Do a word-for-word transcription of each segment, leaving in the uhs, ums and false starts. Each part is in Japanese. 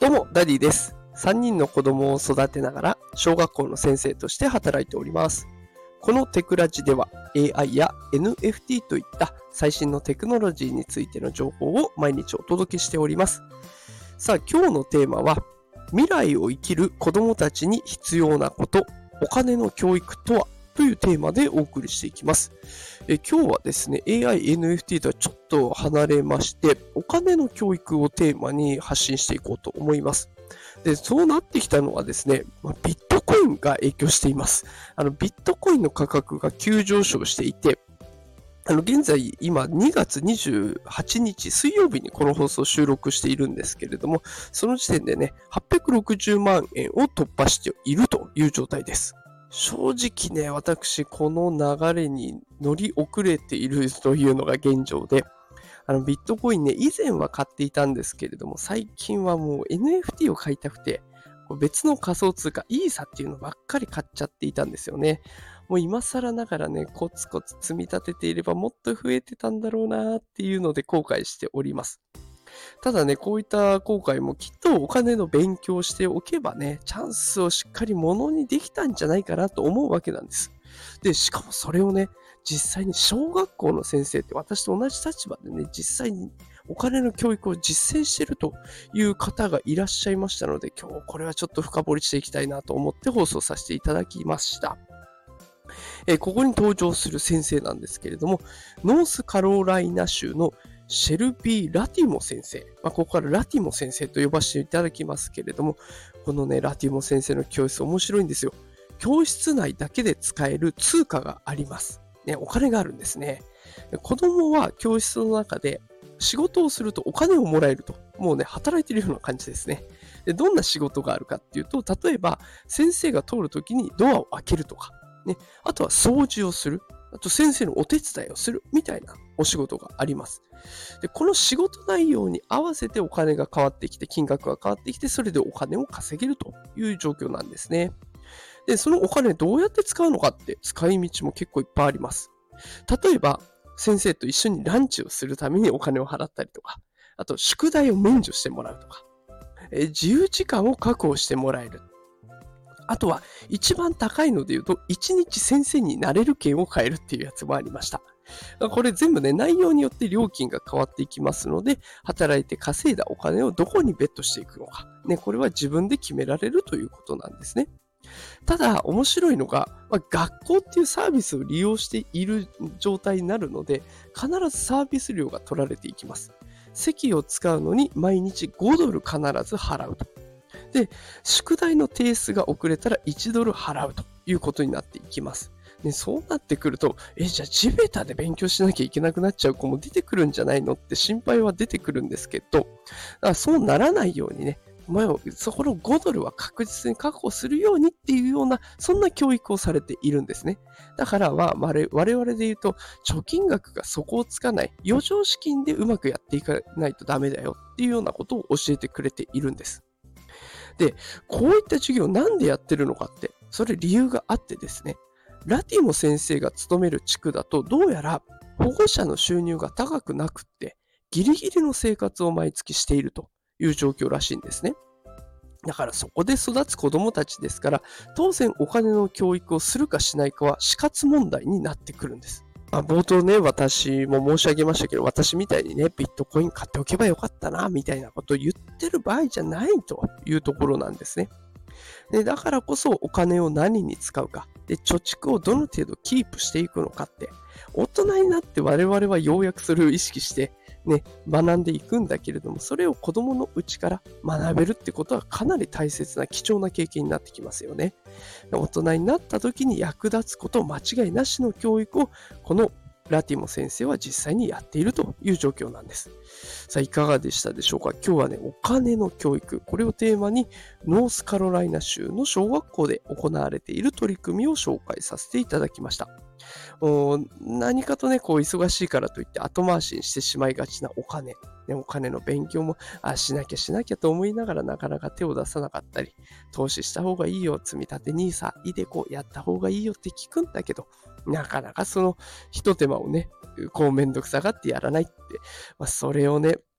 どうもダディです。さんにんの子供を育てながら小学校の先生として働いております。このテクラジでは エーアイ や エヌエフティー といった最新のテクノロジーについての情報を毎日お届けしております。さあ今日のテーマは未来を生きる子供たちに必要なこと、お金の教育とはというテーマでお送りしていきます。え今日はですね、エーアイ、エヌエフティー とはちょっと離れまして、お金の教育をテーマに発信していこうと思います。で、そうなってきたのはですね、まあ、ビットコインが影響しています。あの、ビットコインの価格が急上昇していて、あの、現在、今、にがつにじゅうはちにち水曜日にこの放送を収録しているんですけれども、その時点でね、はっぴゃくろくじゅうまんえんを突破しているという状態です。正直ね、私、この流れに乗り遅れているというのが現状で、あの、ビットコインね、以前は買っていたんですけれども、最近はもう エヌエフティー を買いたくて、別の仮想通貨、イーサっていうのばっかり買っちゃっていたんですよね。もう今更ながらね、コツコツ積み立てていればもっと増えてたんだろうなっていうので後悔しております。ただね、こういった後悔もきっとお金の勉強をしておけばね、チャンスをしっかりものにできたんじゃないかなと思うわけなんです。で、しかもそれをね、実際に小学校の先生って私と同じ立場でね、実際にお金の教育を実践しているという方がいらっしゃいましたので、今日これはちょっと深掘りしていきたいなと思って放送させていただきました。えーここに登場する先生なんですけれども、ノースカロライナ州のシェルビー・ラティモ先生。まあ、ここからラティモ先生と呼ばせていただきますけれども、このね、ラティモ先生の教室面白いんですよ。教室内だけで使える通貨があります。ね、お金があるんですね。子供は教室の中で仕事をするとお金をもらえると。もうね、働いているような感じですね。で、どんな仕事があるかっていうと、例えば先生が通るときにドアを開けるとか、ね、あとは掃除をする。あと先生のお手伝いをするみたいなお仕事があります。で、この仕事内容に合わせてお金が変わってきて、金額が変わってきて、それでお金を稼げるという状況なんですね。で、そのお金どうやって使うのかって使い道も結構いっぱいあります。例えば、先生と一緒にランチをするためにお金を払ったりとか、あと宿題を免除してもらうとか、え自由時間を確保してもらえる。あとは、一番高いので言うと、いちにち先生になれる券を買えるっていうやつもありました。これ全部ね、内容によって料金が変わっていきますので、働いて稼いだお金をどこにベットしていくのか。ね、これは自分で決められるということなんですね。ただ、面白いのが、まあ、学校っていうサービスを利用している状態になるので、必ずサービス料が取られていきます。席を使うのに毎日ごドル必ず払うと。で、宿題の提出が遅れたらいちドル払うということになっていきます。ね、そうなってくると、え、じゃあ地べたで勉強しなきゃいけなくなっちゃう子も出てくるんじゃないのって心配は出てくるんですけど、だからそうならないようにね、前をそこのごドルは確実に確保するようにっていうような、そんな教育をされているんですね。だからは、我々で言うと、貯金額が底をつかない、余剰資金でうまくやっていかないとダメだよっていうようなことを教えてくれているんです。で、こういった授業なんでやってるのかって、それ理由があってですね、ラティモ先生が勤める地区だと、どうやら保護者の収入が高くなくって、ギリギリの生活を毎月しているという状況らしいんですね。だからそこで育つ子供たちですから、当然お金の教育をするかしないかは死活問題になってくるんです。まあ、冒頭ね、私も申し上げましたけど、私みたいにね、ビットコイン買っておけばよかったな、みたいなことを言ってる場合じゃないというところなんですね。で、だからこそお金を何に使うか、で、貯蓄をどの程度キープしていくのかって、大人になって我々はようやくそれを意識して、ね、学んでいくんだけれども、それを子供のうちから学べるってことはかなり大切な貴重な経験になってきますよね。大人になった時に役立つこと間違いなしの教育を、このラティモ先生は実際にやっているという状況なんです。さあ、いかがでしたでしょうか。今日はね、お金の教育、これをテーマに、ノースカロライナ州の小学校で行われている取り組みを紹介させていただきました。何かとね、こう忙しいからといって後回しにしてしまいがちなお金。ね、お金の勉強もあしなきゃしなきゃと思いながらなかなか手を出さなかったり、投資した方がいいよ、積み立て ニーサ、イデコやった方がいいよって聞くんだけど、なかなかその一手間をね、こうめんどくさがってやらないって、まあ、それをね、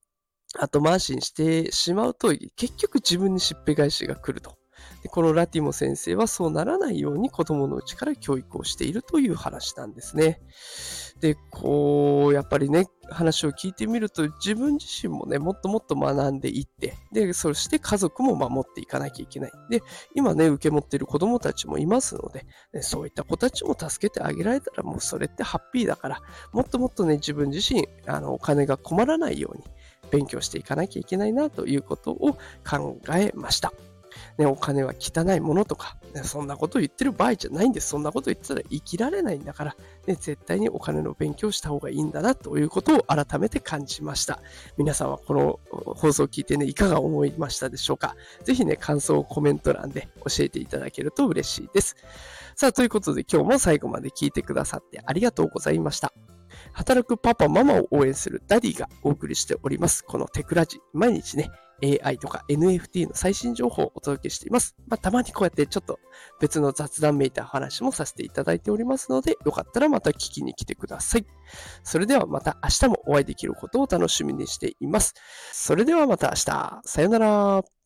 後回しにしてしまうと、結局自分にしっぺ返しが来ると。でこのラティモ先生はそうならないように子供のうちから教育をしているという話なんですね。で、こう、やっぱりね、話を聞いてみると、自分自身もね、もっともっと学んでいって、で、そして家族も守っていかなきゃいけない。で、今ね、受け持っている子供たちもいますので、ね、そういった子たちも助けてあげられたら、もうそれってハッピーだから、もっともっとね、自分自身、あの、お金が困らないように勉強していかなきゃいけないなということを考えました。ね、お金は汚いものとか、ね、そんなこと言ってる場合じゃないんです。そんなこと言ってたら生きられないんだから、ね、絶対にお金の勉強した方がいいんだなということを改めて感じました。皆さんはこの放送を聞いてね、いかが思いましたでしょうか。ぜひね、感想をコメント欄で教えていただけると嬉しいです。さあ、ということで今日も最後まで聞いてくださってありがとうございました。働くパパママを応援するダディがお送りしております。このテクラジ。毎日ね、エーアイ とか エヌエフティー の最新情報をお届けしています。まあ、たまにこうやってちょっと別の雑談めいた話もさせていただいておりますので、よかったらまた聞きに来てください。それではまた明日もお会いできることを楽しみにしています。それではまた明日。さよなら。